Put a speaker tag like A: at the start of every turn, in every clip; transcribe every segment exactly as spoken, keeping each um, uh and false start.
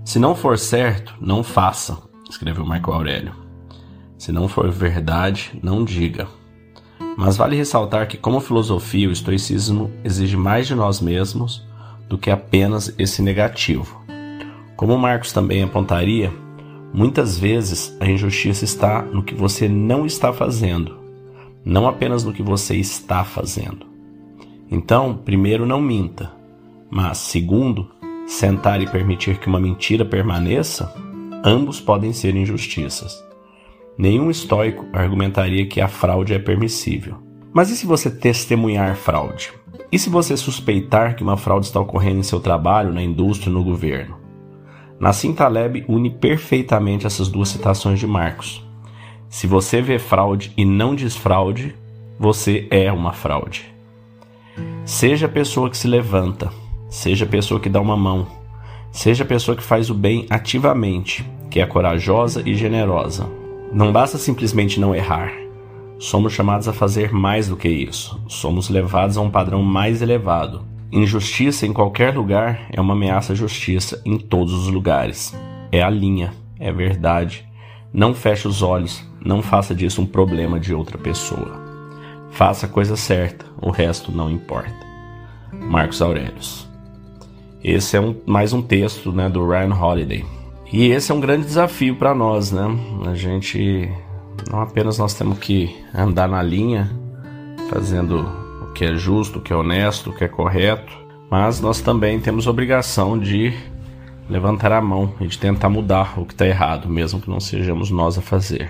A: Se não for certo, não faça, escreveu Marco Aurélio. Se não for verdade, não diga. Mas vale ressaltar que, como filosofia, o estoicismo exige mais de nós mesmos do que apenas esse negativo. Como Marcos também apontaria, muitas vezes a injustiça está no que você não está fazendo, não apenas no que você está fazendo. Então, primeiro, não minta, mas, segundo, sentar e permitir que uma mentira permaneça, ambos podem ser injustiças. Nenhum estoico argumentaria que a fraude é permissível. Mas e se você testemunhar fraude? E se você suspeitar que uma fraude está ocorrendo em seu trabalho, na indústria ou no governo? Nassim Taleb une perfeitamente essas duas citações de Marcos. Se você vê fraude e não diz fraude, você é uma fraude. Seja a pessoa que se levanta, seja a pessoa que dá uma mão, seja a pessoa que faz o bem ativamente, que é corajosa e generosa. Não basta simplesmente não errar. Somos chamados a fazer mais do que isso. Somos levados a um padrão mais elevado. Injustiça em qualquer lugar é uma ameaça à justiça em todos os lugares. É a linha, é verdade. Não feche os olhos, não faça disso um problema de outra pessoa. Faça a coisa certa, o resto não importa. Marcos Aurelius. Esse é um, mais um texto, né, do Ryan Holiday. E esse é um grande desafio para nós, né? A gente, não apenas nós temos que andar na linha, fazendo o que é justo, o que é honesto, o que é correto, mas nós também temos a obrigação de levantar a mão e de tentar mudar o que está errado, mesmo que não sejamos nós a fazer.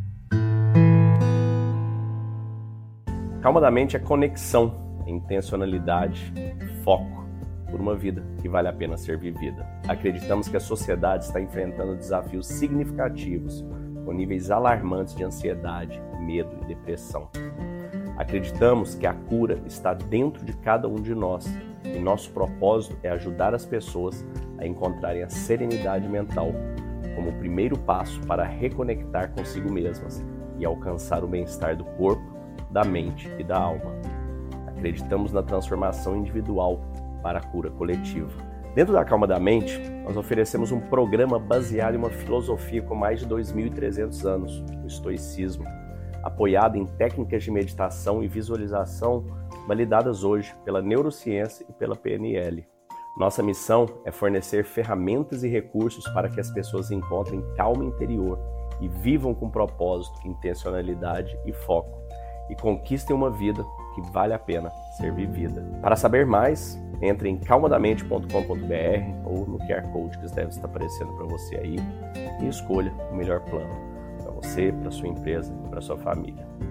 B: Calma da mente é conexão, é intencionalidade, foco por uma vida que vale a pena ser vivida. Acreditamos que a sociedade está enfrentando desafios significativos, com níveis alarmantes de ansiedade, medo e depressão. Acreditamos que a cura está dentro de cada um de nós e nosso propósito é ajudar as pessoas a encontrarem a serenidade mental como o primeiro passo para reconectar consigo mesmas e alcançar o bem-estar do corpo, da mente e da alma. Acreditamos na transformação individual para a cura coletiva. Dentro da Calma da Mente, nós oferecemos um programa baseado em uma filosofia com mais de dois mil e trezentos anos, o estoicismo, apoiado em técnicas de meditação e visualização validadas hoje pela neurociência e pela P N L. Nossa missão é fornecer ferramentas e recursos para que as pessoas encontrem calma interior e vivam com propósito, intencionalidade e foco, e conquistem uma vida que vale a pena ser vivida. Para saber mais, entre em calmadamente ponto com ponto b r ou no Q R Code que deve estar aparecendo para você aí e escolha o melhor plano para você, para sua empresa e para sua família.